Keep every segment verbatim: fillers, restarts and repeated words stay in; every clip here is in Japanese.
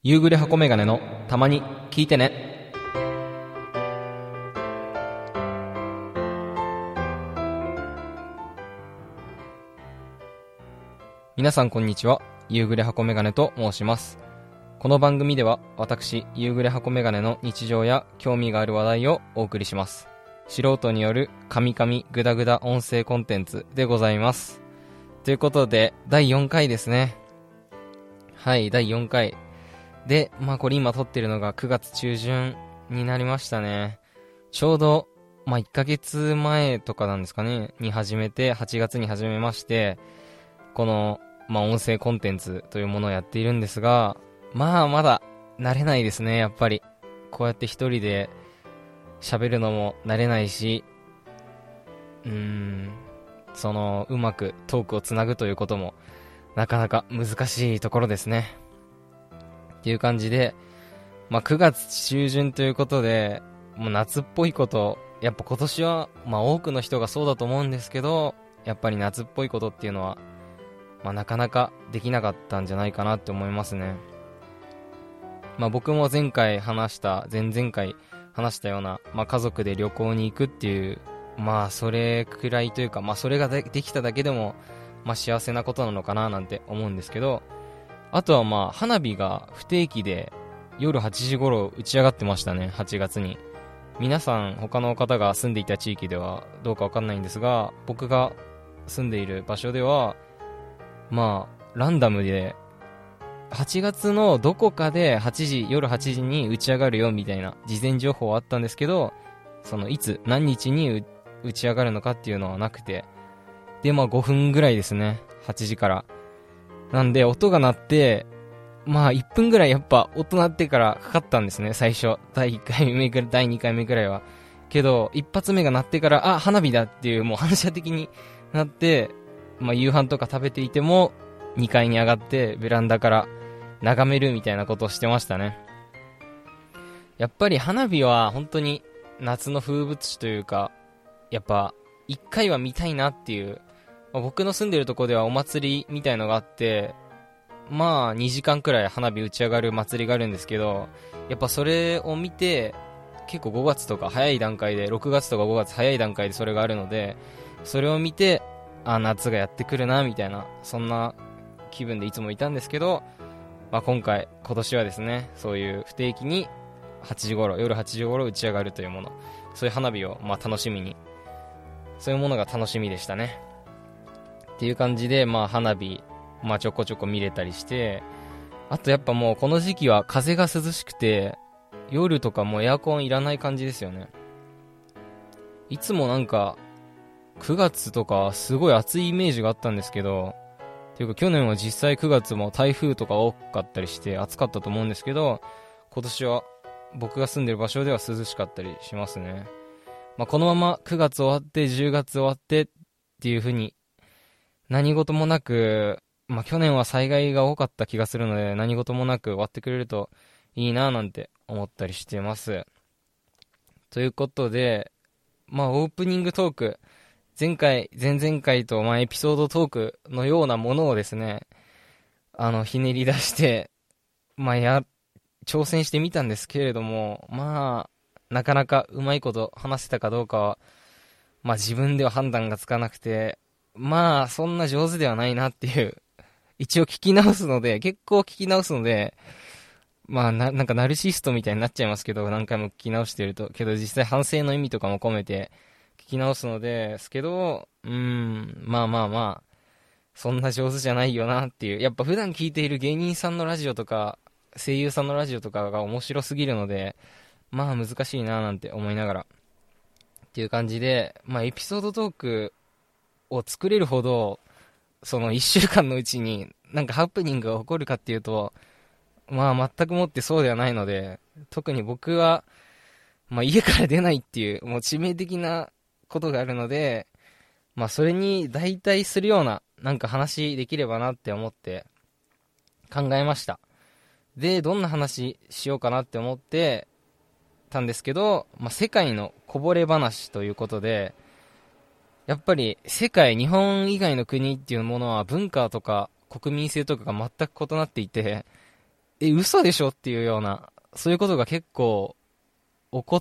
夕暮れ箱メガネのたまに聞いてね。皆さんこんにちは。夕暮れ箱メガネと申します。この番組では私夕暮れ箱メガネの日常や興味がある話題をお送りします。素人によるカミカミグダグダ音声コンテンツでございます。ということでだいよんかいですね。はい、だいよんかいで、まあこれ今撮ってるのがくがつちゅうじゅんになりましたね。ちょうどまあいっかげつまえとかなんですかねに始めて、はちがつに始めまして、このまあ音声コンテンツというものをやっているんですが、まあまだ慣れないですね。やっぱりこうやって一人で喋るのも慣れないし、うーんそのうまくトークをつなぐということもなかなか難しいところですねっていう感じで、まあ、くがつ中旬ということで、もう夏っぽいこと、やっぱ今年はまあ多くの人がそうだと思うんですけど、やっぱり夏っぽいことっていうのは、まあ、なかなかできなかったんじゃないかなって思いますね。まあ、僕も前回話した前々回話したような、まあ、家族で旅行に行くっていう、まあそれくらいというか、まあそれがでできただけでも、まあ幸せなことなのかななんて思うんですけど、あとはまあ花火が不定期で夜はちじ頃打ち上がってましたね。はちがつに。皆さん他の方が住んでいた地域ではどうかわかんないんですが、僕が住んでいる場所ではまあランダムではちがつのどこかではちじ夜はちじに打ち上がるよみたいな事前情報はあったんですけど、そのいつ何日に打ち上がるのかっていうのはなくて、でまあごふんぐらいですね、はちじからなんで音が鳴って、まあいっぷんぐらいやっぱ音鳴ってからかかったんですね、最初だいいっかいめぐらいだいにかいめぐらいは。けど一発目が鳴ってから、あ花火だっていう、もう反射的になって、まあ夕飯とか食べていてもにかいに上がってベランダから眺めるみたいなことをしてましたね。やっぱり花火は本当に夏の風物詩というか、やっぱいっかいは見たいなっていう、まあ、僕の住んでるところではお祭りみたいのがあって、まあにじかんくらい花火打ち上がる祭りがあるんですけど、やっぱそれを見て結構ごがつとか早い段階で、ろくがつとかごがつ早い段階でそれがあるので、それを見て、あ夏がやってくるなみたいな、そんな気分でいつもいたんですけど、まあ、今回今年はですね、そういう不定期にはちじ頃夜はちじ頃打ち上がるというもの、そういう花火をまあ楽しみに、そういうものが楽しみでしたねっていう感じで、まあ花火、まあちょこちょこ見れたりして、あとやっぱもうこの時期は風が涼しくて、夜とかもうエアコンいらない感じですよね。いつもなんかくがつとかすごい暑いイメージがあったんですけど、っていうか去年は実際くがつも台風とか多かったりして暑かったと思うんですけど、今年は僕が住んでる場所では涼しかったりしますね。まあ、このままくがつ終わってじゅうがつ終わってっていう風に何事もなく、まあ、去年は災害が多かった気がするので、何事もなく終わってくれるといいななんて思ったりしてます。ということで、まあオープニングトーク、前回前々回とまあエピソードトークのようなものをですね、あのひねり出してまあや挑戦してみたんですけれども、まあなかなかうまいこと話せたかどうかはまあ自分では判断がつかなくて、まあそんな上手ではないなっていう、一応聞き直すので、結構聞き直すので、まあな、なんかナルシストみたいになっちゃいますけど、何回も聞き直してると、けど実際反省の意味とかも込めて聞き直すのですけど、うーんまあまあまあそんな上手じゃないよなっていう、やっぱ普段聞いている芸人さんのラジオとか声優さんのラジオとかが面白すぎるので、まあ難しいななんて思いながらっていう感じで、まあエピソードトークを作れるほどそのいっしゅうかんのうちになんかハプニングが起こるかっていうと、まあ全くもってそうではないので、特に僕はまあ家から出ないっていうもう致命的なことがあるので、まあそれに代替するようななんか話できればなって思って考えました。でどんな話しようかなって思ってたんですけど、まあ、世界のこぼれ話ということで、やっぱり世界、日本以外の国っていうものは文化とか国民性とかが全く異なっていて、 え、嘘でしょっていうような、そういうことが結構起こって、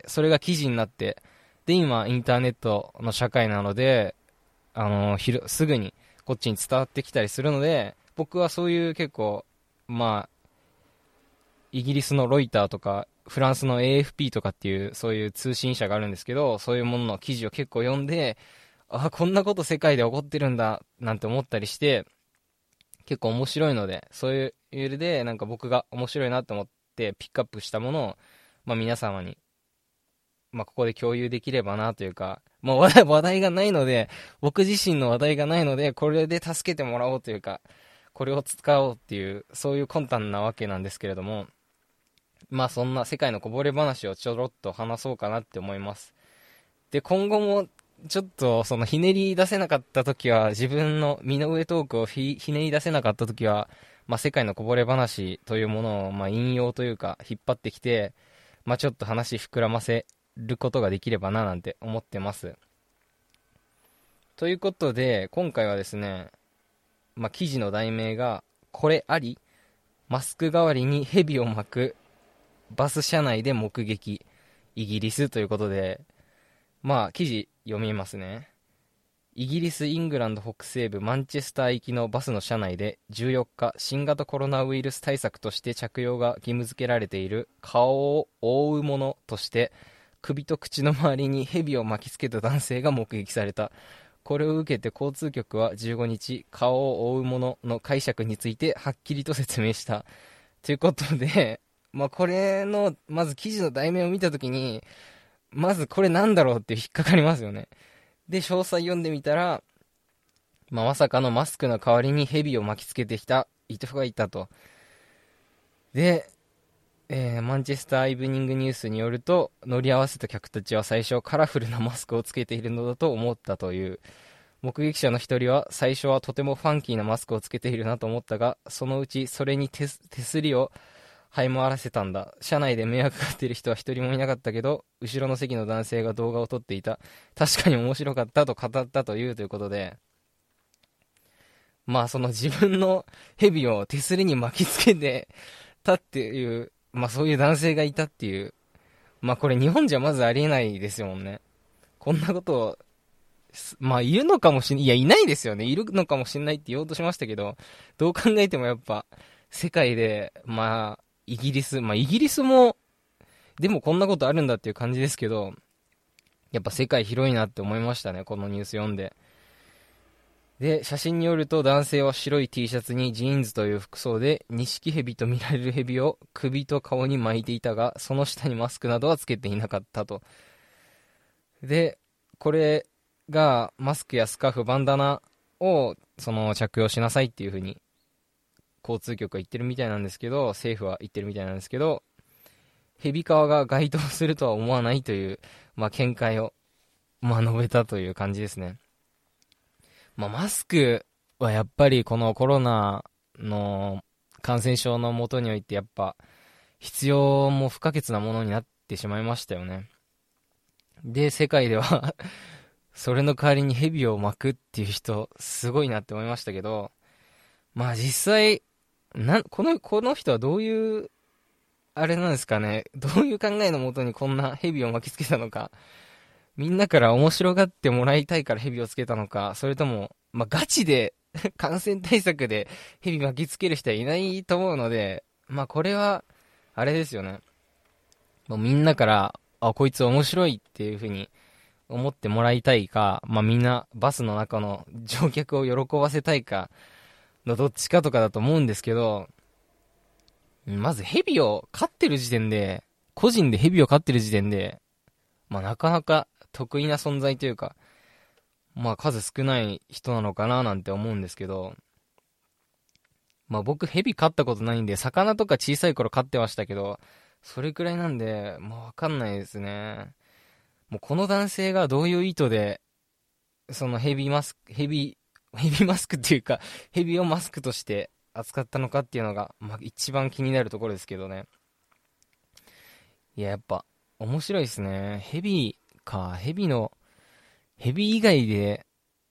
それが記事になって、で、今、インターネットの社会なので、あの、ひろすぐにこっちに伝わってきたりするので、僕はそういう結構、まあ、イギリスのロイターとか、フランスの エーエフピー とかっていう、そういう通信社があるんですけど、そういうものの記事を結構読んで、あ、こんなこと世界で起こってるんだ、なんて思ったりして、結構面白いので、そういう理由で、なんか僕が面白いなと思ってピックアップしたものを、まあ皆様に、まあここで共有できればなというか、まあ話題、話題がないので、僕自身の話題がないので、これで助けてもらおうというか、これを使おうっていう、そういう魂胆なわけなんですけれども、まあそんな世界のこぼれ話をちょろっと話そうかなって思います。で、今後もちょっとそのひねり出せなかった時は、自分の身の上トークをひひねり出せなかった時は、まあ世界のこぼれ話というものをまあ引用というか引っ張ってきて、まあちょっと話膨らませることができればななんて思ってます。ということで、今回はですね、まあ記事の題名が、これありマスク代わりに蛇を巻くバス車内で目撃イギリスということで、まあ記事読みますね。イギリス・イングランド北西部マンチェスター行きのバスの車内でじゅうよっか、新型コロナウイルス対策として着用が義務付けられている顔を覆うものとして首と口の周りに蛇を巻きつけた男性が目撃された。これを受けて交通局はじゅうごにち、顔を覆うものの解釈についてはっきりと説明した。ということで、まあこれの、まず記事の題名を見たときに、まずこれなんだろうって引っかかりますよね。で、詳細読んでみたら、まあ、まさかのマスクの代わりに蛇を巻きつけてきた人がいたと。で、えーマンチェスターイブニングニュースによると、乗り合わせた客たちは最初カラフルなマスクをつけているのだと思ったという。目撃者の一人は、最初はとてもファンキーなマスクをつけているなと思ったが、そのうちそれに手す手すりを這い回らせたんだ。車内で迷惑がっている人は一人もいなかったけど、後ろの席の男性が動画を撮っていた。確かに面白かったと語ったというということで、まあその自分の蛇を手すりに巻きつけてたっていう、まあそういう男性がいたっていう、まあこれ日本じゃまずありえないですもんね。こんなことを、まあいるのかもしんない、いやいないですよね。いるのかもしんないって言おうとしましたけど、どう考えてもやっぱ世界で、まあイギリス、まあイギリスも、でもこんなことあるんだっていう感じですけど、やっぱ世界広いなって思いましたね、このニュース読んで。で、写真によると男性は白い T シャツにジーンズという服装で、ニシキヘビと見られるヘビを首と顔に巻いていたが、その下にマスクなどはつけていなかったと。で、これがマスクやスカーフ、バンダナをその着用しなさいっていう風に交通局は言ってるみたいなんですけど、政府は言ってるみたいなんですけど、ヘビ皮が該当するとは思わないという、まあ、見解を、まあ、述べたという感じですね。まあ、マスクはやっぱりこのコロナの感染症のもとにおいてやっぱ必要も不可欠なものになってしまいましたよね。で、世界ではそれの代わりにヘビを巻くっていう人すごいなって思いましたけど、まあ実際なこのこの人はどういうあれなんですかね、どういう考えのもとにこんなヘビを巻きつけたのか、みんなから面白がってもらいたいからヘビをつけたのか、それとも、まあ、ガチで感染対策でヘビ巻きつける人はいないと思うので、まあ、これは、あれですよね。もうみんなから、あ、こいつ面白いっていう風に思ってもらいたいか、まあ、みんなバスの中の乗客を喜ばせたいかのどっちかとかだと思うんですけど、まずヘビを飼ってる時点で、個人でヘビを飼ってる時点で、まあ、なかなか得意な存在というか、まあ数少ない人なのかななんて思うんですけど、まあ僕ヘビ飼ったことないんで、魚とか小さい頃飼ってましたけど、それくらいなんで、まあわかんないですね。もうこの男性がどういう意図で、そのヘビマスク、ヘビ、ヘビマスクっていうか、ヘビをマスクとして扱ったのかっていうのが、まあ一番気になるところですけどね。いや、やっぱ、面白いですね。ヘビか、ヘビの、ヘビ以外で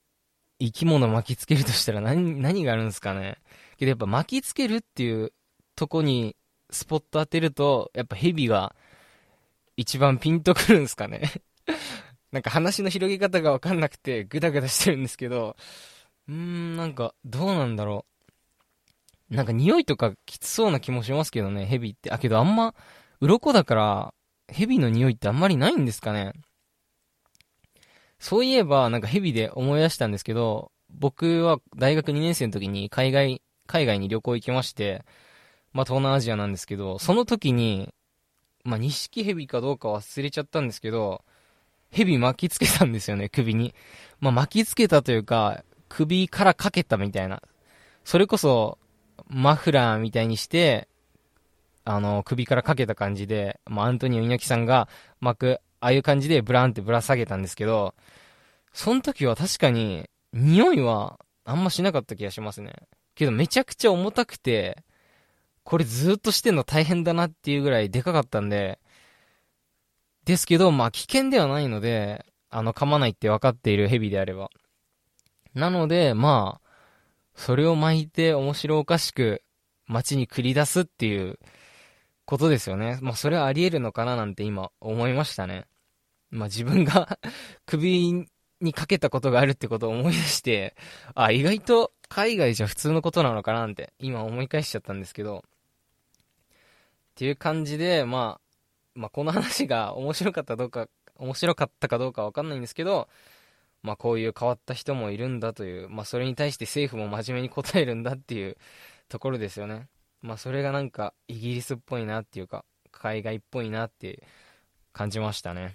生き物巻きつけるとしたら何、何があるんですかね。けどやっぱ巻きつけるっていうとこにスポット当てると、やっぱヘビが一番ピンとくるんですかね。なんか話の広げ方がわかんなくてグダグダしてるんですけど、うーん、なんかどうなんだろう。なんか匂いとかきつそうな気もしますけどね、ヘビって。あ、けどあんま、鱗だから、ヘビの匂いってあんまりないんですかね。そういえば、なんかヘビで思い出したんですけど、僕は大学にねん生の時に海外、海外に旅行行きまして、まあ東南アジアなんですけど、その時に、まあニシキヘビかどうか忘れちゃったんですけど、ヘビ巻きつけたんですよね、首に。まあ巻きつけたというか、首からかけたみたいな。それこそ、マフラーみたいにして、あの、首からかけた感じで、まあアントニオ猪木さんが巻く、ああいう感じでブランってぶら下げたんですけど、その時は確かに、匂いはあんましなかった気がしますね。けどめちゃくちゃ重たくて、これずっとしてんの大変だなっていうぐらいでかかったんで、ですけど、まあ危険ではないので、あの、噛まないって分かっているヘビであれば。なので、まあ、それを巻いて面白おかしく街に繰り出すっていうことですよね。まあそれはあり得るのかななんて今思いましたね。まあ自分が首にかけたことがあるってことを思い出して、あ、意外と海外じゃ普通のことなのかなって今思い返しちゃったんですけど、っていう感じで、まあ、まあこの話が面白かったどうか、面白かったかどうかわかんないんですけど、まあこういう変わった人もいるんだという、まあそれに対して政府も真面目に答えるんだっていうところですよね。まあそれがなんかイギリスっぽいなっていうか、海外っぽいなって感じましたね。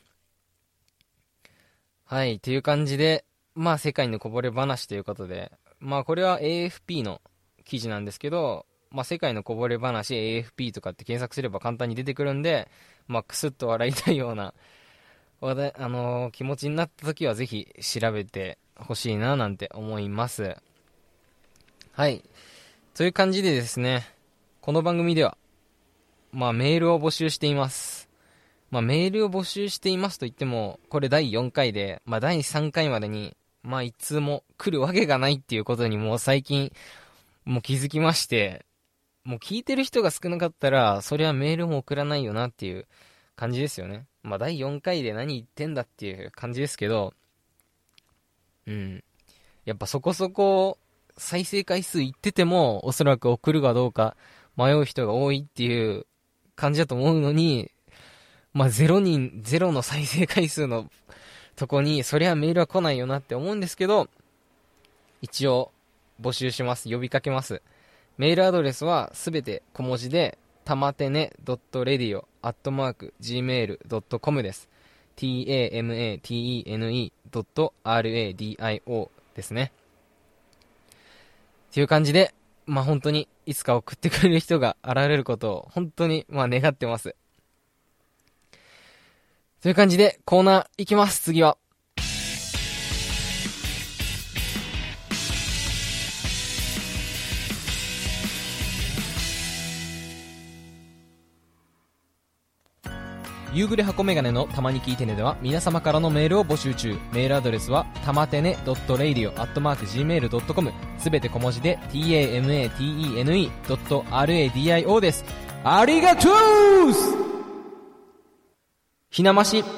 はい、っていう感じで、まあ世界のこぼれ話ということで、まあこれは エーエフピー の記事なんですけど、まあ世界のこぼれ話 エーエフピー とかって検索すれば簡単に出てくるんで、まあクスッと笑いたいような話題、あのー気持ちになった時はぜひ調べてほしいななんて思います。はい。という感じでですね、この番組では、まあメールを募集しています。まあメールを募集していますと言っても、これだいよんかいで、まあだいさんかいまでに、まあいつも来るわけがないっていうことにもう最近、もう気づきまして、もう聞いてる人が少なかったら、そりゃメールも送らないよなっていう感じですよね。まあだいよんかいで何言ってんだっていう感じですけど、うん。やっぱそこそこ再生回数いってても、おそらく送るかどうか迷う人が多いっていう感じだと思うのに、まあゼロにん、ゼロの再生回数のとこに、そりゃメールは来ないよなって思うんですけど、一応募集します。呼びかけます。メールアドレスはすべて小文字で、たまてね .radio アットマーク ジーメールドットコム です。tamatene.radio ですね。っていう感じで、まあ本当にいつか送ってくれる人が現れることを本当にまあ願ってます。という感じでコーナー行きます。次は。夕暮れ箱メガネのたまに聞いてねでは皆様からのメールを募集中。メールアドレスはたまてね .radio アットマーク ジーメールドットコム すべて小文字で tamatene.radio です。ありがとうひなまし。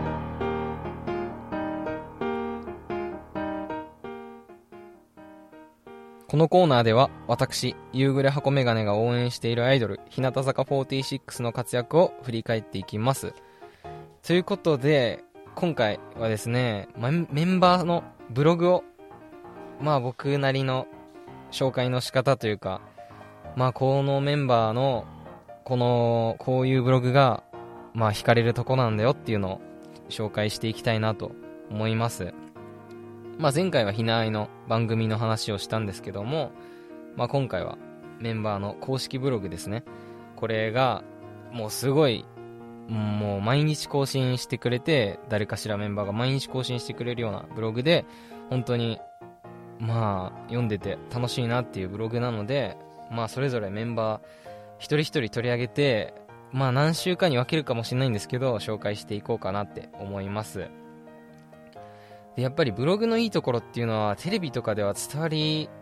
このコーナーでは私夕暮れ箱メガネが応援しているアイドル日向坂フォーティーシックスの活躍を振り返っていきます。ということで今回はですね、ま、メンバーのブログをまあ僕なりの紹介の仕方というか、まあこのメンバーのこのこういうブログがまあ惹かれるとこなんだよっていうのを紹介していきたいなと思います。まあ、前回はひなあいの番組の話をしたんですけども、まあ、今回はメンバーの公式ブログですね。これがもうすごいもう毎日更新してくれて、誰かしらメンバーが毎日更新してくれるようなブログで、本当にまあ読んでて楽しいなっていうブログなので、まあそれぞれメンバー一人一人取り上げて、まあ何週間に分けるかもしれないんですけど紹介していこうかなって思います。でやっぱりブログのいいところっていうのはテレビとかでは伝わり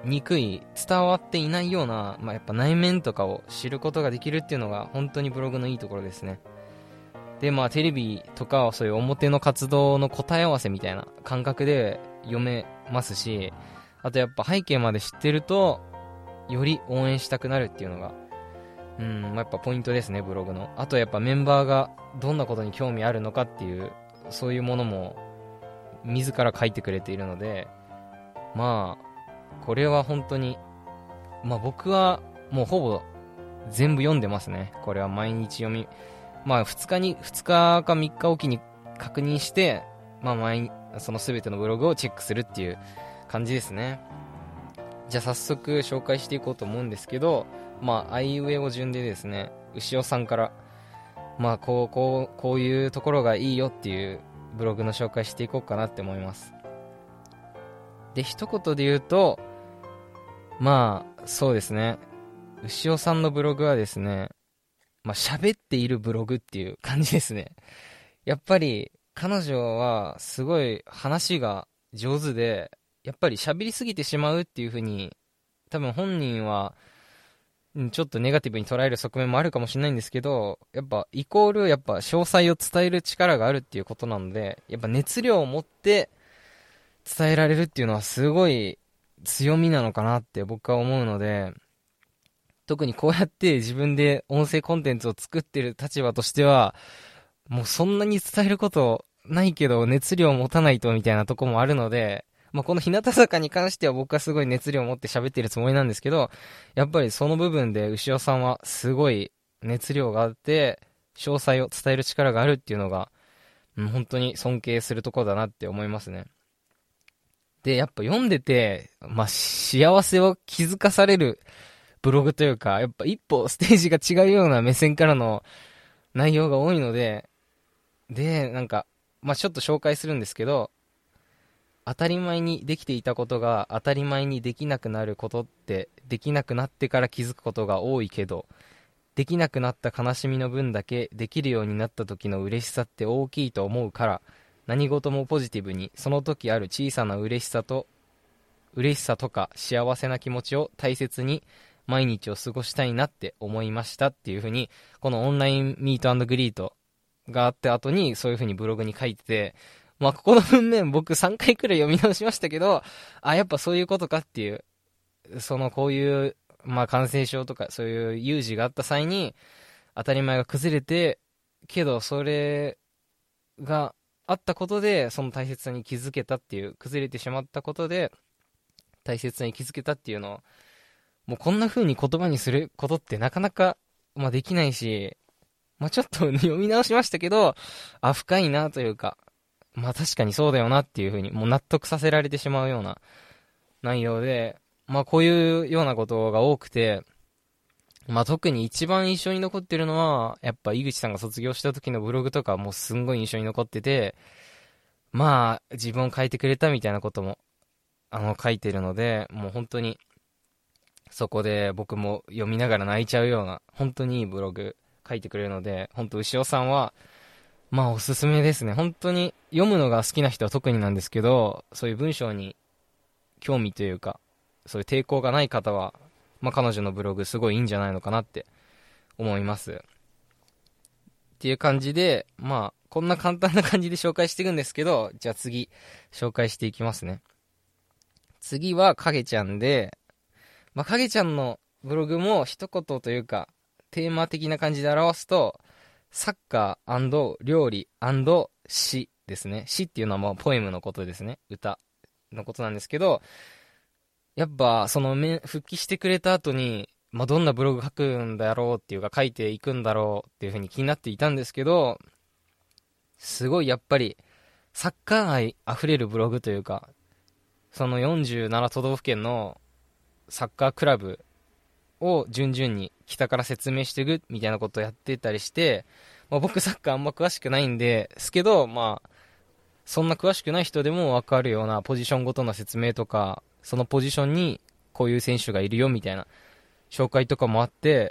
にくい、伝わっていないような、まあ、やっぱ内面とかを知ることができるっていうのが本当にブログのいいところですね。で、まあテレビとかそういう表の活動の答え合わせみたいな感覚で読めますし、あとやっぱ背景まで知ってるとより応援したくなるっていうのが、うん、まあ、やっぱポイントですね、ブログの。あとやっぱメンバーがどんなことに興味あるのかっていう、そういうものも自ら書いてくれているので、まあこれは本当に、まあ僕はもうほぼ全部読んでますね。これは毎日読み、まあふつかにふつかかみっかおきに確認して、まあ毎その全てのブログをチェックするっていう感じですね。じゃあ早速紹介していこうと思うんですけど、まああいうえお順でですね、牛尾さんから、まあこうこうこういうところがいいよっていうブログの紹介していこうかなって思います。で、一言で言うと、まあそうですね、牛尾さんのブログはですね、まあ喋っているブログっていう感じですね。やっぱり彼女はすごい話が上手で、やっぱり喋りすぎてしまうっていう風に多分本人はうんちょっとネガティブに捉える側面もあるかもしれないんですけど、やっぱイコールやっぱ詳細を伝える力があるっていうことなので、やっぱ熱量を持って伝えられるっていうのはすごい強みなのかなって僕は思うので、特にこうやって自分で音声コンテンツを作ってる立場としては、もうそんなに伝えることないけど熱量を持たないとみたいなとこもあるので、まあ、この日向坂に関しては僕はすごい熱量を持って喋ってるつもりなんですけど、やっぱりその部分で牛尾さんはすごい熱量があって詳細を伝える力があるっていうのが、うん、本当に尊敬するところだなって思いますね。で、やっぱ読んでて、まあ、幸せを気づかされるブログというか、やっぱ一歩ステージが違うような目線からの内容が多いので、で、なんか、まあ、ちょっと紹介するんですけど、当たり前にできていたことが当たり前にできなくなることって、できなくなってから気づくことが多いけど、できなくなった悲しみの分だけできるようになった時の嬉しさって大きいと思うから、何事もポジティブに、その時ある小さな嬉しさと嬉しさとか幸せな気持ちを大切に毎日を過ごしたいなって思いましたっていう風に、このオンラインミート&グリートがあって後にそういう風にブログに書いてて、まあここの文面僕さんかいくらい読み直しましたけど、あ、やっぱそういうことかっていう、そのこういうまあ感染症とかそういう有事があった際に当たり前が崩れて、けどそれがあったことでその大切さに気づけたっていう、崩れてしまったことで大切さに気づけたっていうのを、もうこんな風に言葉にすることってなかなか、まあ、できないし、まあ、ちょっと読み直しましたけど、あ、深いなというか、まあ確かにそうだよなっていう風にもう納得させられてしまうような内容で、まあこういうようなことが多くて、まあ特に一番印象に残ってるのは、やっぱ井口さんが卒業した時のブログとかもうすんごい印象に残ってて、まあ自分を変えてくれたみたいなこともあの書いてるので、もう本当にそこで僕も読みながら泣いちゃうような本当にいいブログ書いてくれるので、本当牛尾さんはまあおすすめですね。本当に読むのが好きな人は特になんですけど、そういう文章に興味というかそういう抵抗がない方は、まあ彼女のブログすごいいいんじゃないのかなって思いますっていう感じで、まあこんな簡単な感じで紹介していくんですけど、じゃあ次紹介していきますね。次は影ちゃんで、まあ、影ちゃんのブログも一言というかテーマ的な感じで表すと、サッカー&料理&詩ですね。詩っていうのはまあポエムのことですね。歌のことなんですけど、やっぱその復帰してくれた後に、まあ、どんなブログ書くんだろうっていうか書いていくんだろうっていう風に気になっていたんですけど、すごいやっぱりサッカー愛あふれるブログというか、そのよんじゅうなな都道府県のサッカークラブを順々に北から説明していくみたいなことをやってたりして、まあ、僕サッカーあんま詳しくないんですけど、まあそんな詳しくない人でも分かるようなポジションごとの説明とか、そのポジションにこういう選手がいるよみたいな紹介とかもあって、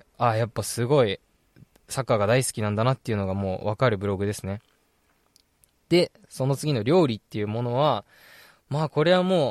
ああやっぱすごいサッカーが大好きなんだなっていうのがもう分かるブログですね。でその次の料理っていうものは、まあこれはも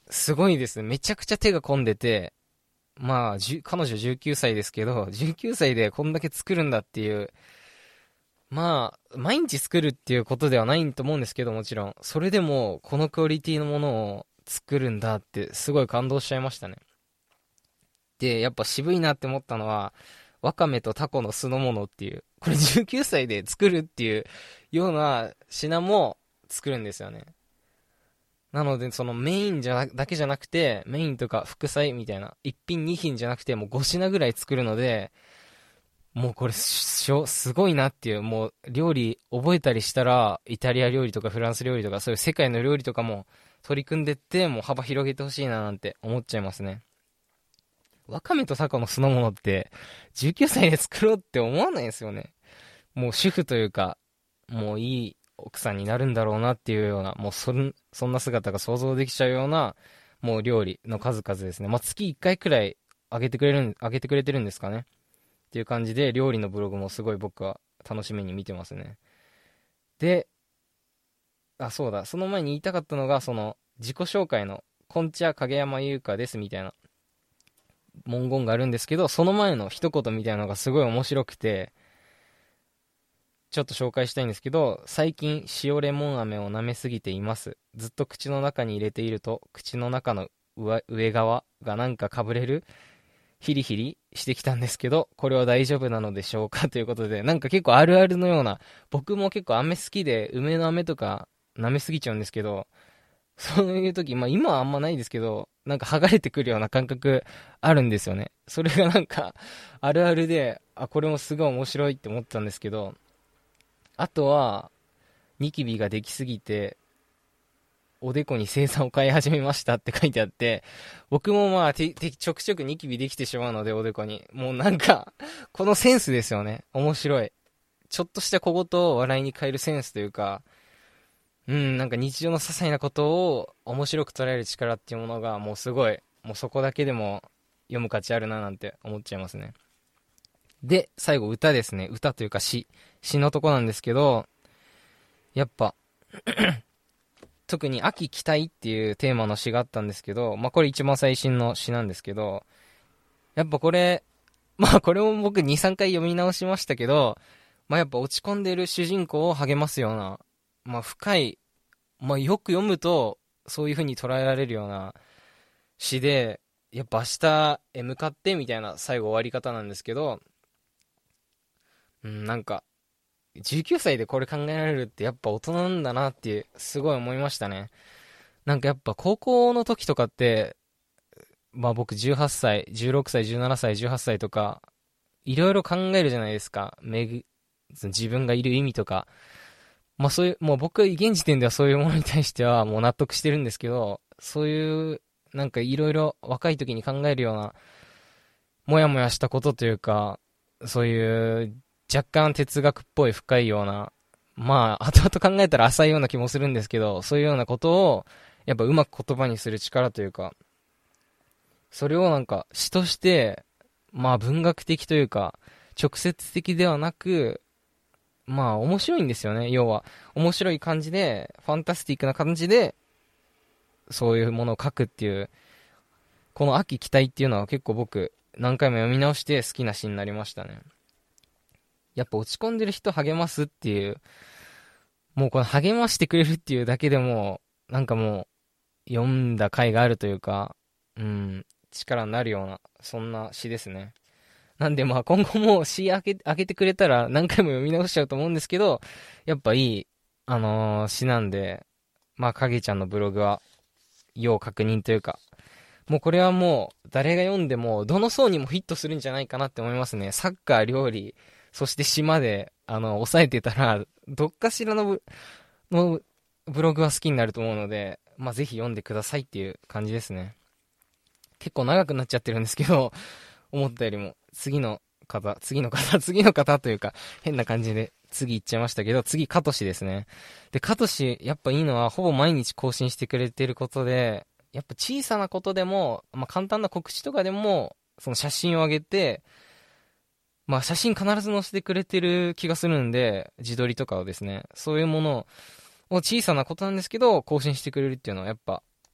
すごいですね。めちゃくちゃ手が込んでて、まあ、じゅ彼女じゅうきゅうさいですけど、じゅうきゅうさいでこんだけ作るんだっていう、まあ、毎日作るっていうことではないと思うんですけど、もちろん。それでも、このクオリティのものを作るんだって、すごい感動しちゃいましたね。で、やっぱ渋いなって思ったのは、わかめとタコの酢の物っていう、これじゅうきゅうさいで作るっていうような品も作るんですよね。なので、そのメインじゃなだけじゃなくて、メインとか副菜みたいな、一品二品じゃなくて、もうご品ぐらい作るので、もうこれしょすごいなっていう、もう料理覚えたりしたら、イタリア料理とかフランス料理とか、そういう世界の料理とかも取り組んでって、もう幅広げてほしいななんて思っちゃいますね。わかめとタコの酢の物って、じゅうきゅうさいで作ろうって思わないんですよね。もう主婦というか、もういい奥さんになるんだろうなっていうような、もうそんそんな姿が想像できちゃうような、もう料理の数々ですね。まあ、月いっかいくらい上げてくれるん、上げてくれてるんですかね。っていう感じで、料理のブログもすごい僕は楽しみに見てますね。で、あ、そうだ、その前に言いたかったのが、その、自己紹介の、こんちは影山優香ですみたいな文言があるんですけど、その前の一言みたいなのがすごい面白くて、ちょっと紹介したいんですけど、最近塩レモン飴を舐めすぎています。ずっと口の中に入れていると、口の中の上上側がなんかかぶれるヒリヒリしてきたんですけど、これは大丈夫なのでしょうかということで、なんか結構あるあるのような、僕も結構飴好きで、梅の飴とか舐めすぎちゃうんですけど、そういう時、まあ今はあんまないですけど、なんか剥がれてくるような感覚あるんですよね。それがなんか、あるあるで、あ、これもすごい面白いって思ったんですけど、あとは、ニキビができすぎて、おでこに生産を変え始めましたって書いてあって、僕もまあ、ててちょくちょくニキビできてしまうので、おでこに。もうなんか、このセンスですよね。面白い。ちょっとした小言を笑いに変えるセンスというか、うん、なんか日常の些細なことを面白く捉える力っていうものが、もうすごい、もうそこだけでも読む価値あるななんて思っちゃいますね。で、最後歌ですね。歌というか詩。詩のとこなんですけど、やっぱ、特に秋期待っていうテーマの詩があったんですけど、まあこれ一番最新の詩なんですけど、やっぱこれ、まあこれも僕に、さんかい読み直しましたけど、まあやっぱ落ち込んでる主人公を励ますような、まあ深い、まあよく読むとそういう風に捉えられるような詩で、やっぱ明日へ向かってみたいな最後終わり方なんですけど、うん、なんかじゅうきゅうさいでこれ考えられるってやっぱ大人なんだなってすごい思いましたね。なんかやっぱ高校の時とかって、まあ僕じゅうはっさい、じゅうろくさい、じゅうななさい、じゅうはっさいとか、いろいろ考えるじゃないですか。めぐ、自分がいる意味とか。まあそういう、もう僕現時点ではそういうものに対してはもう納得してるんですけど、そういう、なんかいろいろ若い時に考えるような、もやもやしたことというか、そういう若干哲学っぽい深いような、まあ後々考えたら浅いような気もするんですけど、そういうようなことを、やっぱうまく言葉にする力というか、それをなんか詩として、まあ文学的というか、直接的ではなく、まあ面白いんですよね。要は、面白い感じで、ファンタスティックな感じで、そういうものを書くっていう、この秋期待っていうのは結構僕、何回も読み直して好きな詩になりましたね。やっぱ落ち込んでる人励ますっていう、もうこの励ましてくれるっていうだけでも、なんかもう、読んだ甲斐があるというか、うん、力になるような、そんな詩ですね。なんでまあ今後も詩開け、開けてくれたら何回も読み直しちゃうと思うんですけど、やっぱいい、あのー詩なんで、まあ影ちゃんのブログは要確認というか、もうこれはもう誰が読んでもどの層にもフィットするんじゃないかなって思いますね。サッカー、料理、そして詩まで、あの、抑えてたら、どっかしらのブのブログは好きになると思うので、まあぜひ読んでくださいっていう感じですね。結構長くなっちゃってるんですけど、思ったよりも、次の方、次の方、次の方というか、変な感じで、次行っちゃいましたけど、次、カトシですね。で、カトシ、やっぱいいのは、ほぼ毎日更新してくれてることで、やっぱ小さなことでも、まあ、簡単な告知とかでも、その写真を上げて、まあ、写真必ず載せてくれてる気がするんで、自撮りとかをですね、そういうものを小さなことなんですけど、更新してくれるっていうのはやっぱ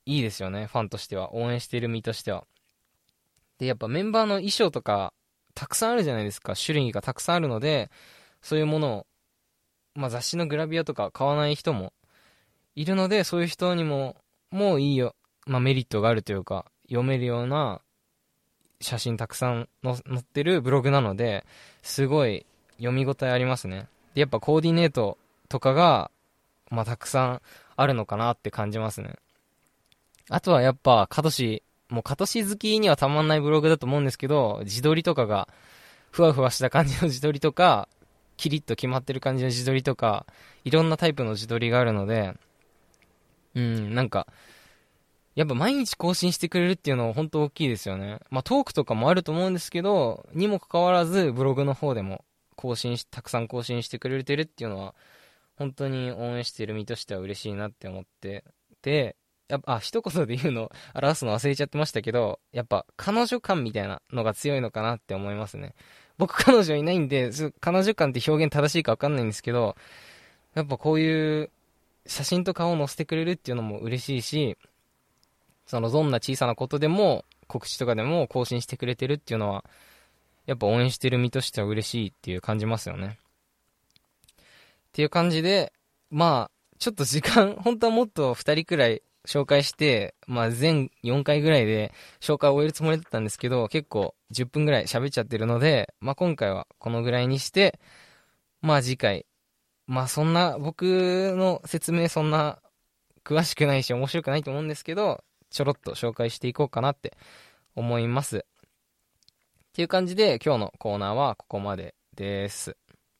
いいですよね、ファンとしては、応援している身としては。で、やっぱメンバーの衣装とかたくさんあるじゃないですか。種類がたくさんあるので、そういうものを、まあ、雑誌のグラビアとか買わない人もいるので、そういう人にももういいよ、まあ、メリットがあるというか、読めるような写真たくさんの載ってるブログなので、すごい読み応えありますね。で、やっぱコーディネートとかが、まあ、たくさんあるのかなって感じますね。あとはやっぱカトシ、もうカトシ好きにはたまんないブログだと思うんですけど、自撮りとかがふわふわした感じの自撮りとか、キリッと決まってる感じの自撮りとか、いろんなタイプの自撮りがあるので、うん、なんかやっぱ毎日更新してくれるっていうのは本当大きいですよね。まあトークとかもあると思うんですけど、にもかかわらずブログの方でも更新し、たくさん更新してくれてるっていうのは、本当に応援している身としては嬉しいなって思ってて、やっぱ、あ、一言で言うの、表すの忘れちゃってましたけど、やっぱ彼女感みたいなのが強いのかなって思いますね。僕彼女いないんで、彼女感って表現正しいか分かんないんですけど、やっぱこういう写真と顔を載せてくれるっていうのも嬉しいし、そのどんな小さなことでも告知とかでも更新してくれてるっていうのは、やっぱ応援してる身としては嬉しいっていう感じますよね。っていう感じで、まあちょっと時間、本当はもっとふたりくらい紹介して、まあ全よんかいぐらいで紹介を終えるつもりだったんですけど、結構じゅっぷんぐらい喋っちゃってるので、まあ今回はこのぐらいにして、まあ次回、まあそんな、僕の説明そんな詳しくないし面白くないと思うんですけど、ちょろっと紹介していこうかなって思います。っていう感じで今日のコーナーはここまでです。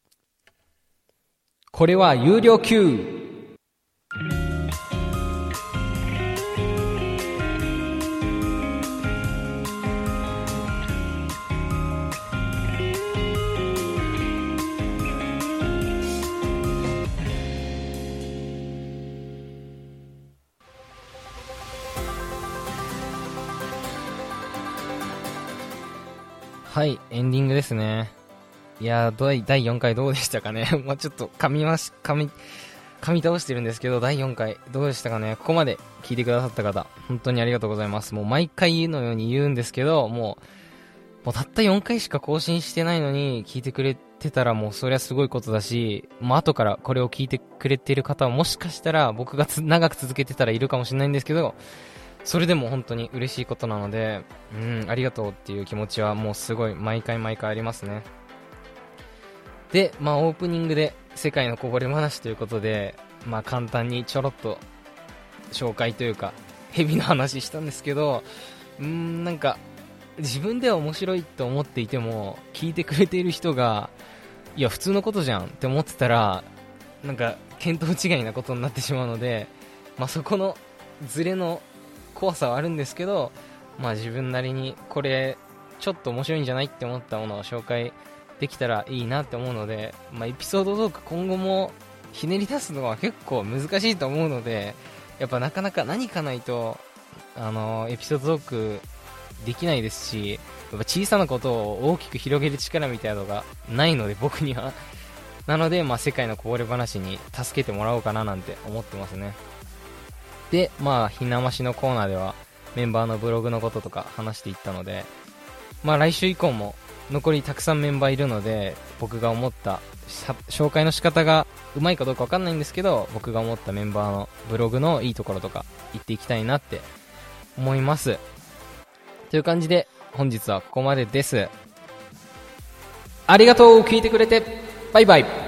これは有料級。はい、エンディングですね。いやー、だいよんかいどうでしたかね。まあちょっと噛みまし、噛み、噛み倒してるんですけど、だいよんかいどうでしたかね。ここまで聞いてくださった方、本当にありがとうございます。もう毎回のように言うんですけど、もう、もうたったよんかいしか更新してないのに聞いてくれてたらもうそりゃすごいことだし、もう後からこれを聞いてくれている方はもしかしたら僕がつ長く続けてたらいるかもしれないんですけど、それでも本当に嬉しいことなので、うん、ありがとうっていう気持ちはもうすごい毎回毎回ありますね。で、まあオープニングで世界のこぼれ話ということで、まあ簡単にちょろっと紹介というかヘビの話したんですけど、うーん、なんか自分では面白いと思っていても聞いてくれている人が、いや普通のことじゃんって思ってたら、なんか見当違いなことになってしまうので、まあそこのズレの怖さはあるんですけど、まあ自分なりにこれちょっと面白いんじゃないって思ったものを紹介できたらいいなって思うので、まあエピソードトーク今後もひねり出すのは結構難しいと思うので、やっぱなかなか何かないとあのエピソードトークできないですし、やっぱ小さなことを大きく広げる力みたいなのがないので僕にはなので、まあ世界のこぼれ話に助けてもらおうかななんて思ってますね。で、まあひなましのコーナーではメンバーのブログのこととか話していったので、まあ来週以降も残りたくさんメンバーいるので、僕が思った紹介の仕方がうまいかどうかわかんないんですけど、僕が思ったメンバーのブログのいいところとか言っていきたいなって思います。という感じで本日はここまでです。ありがとう、聞いてくれてバイバイ。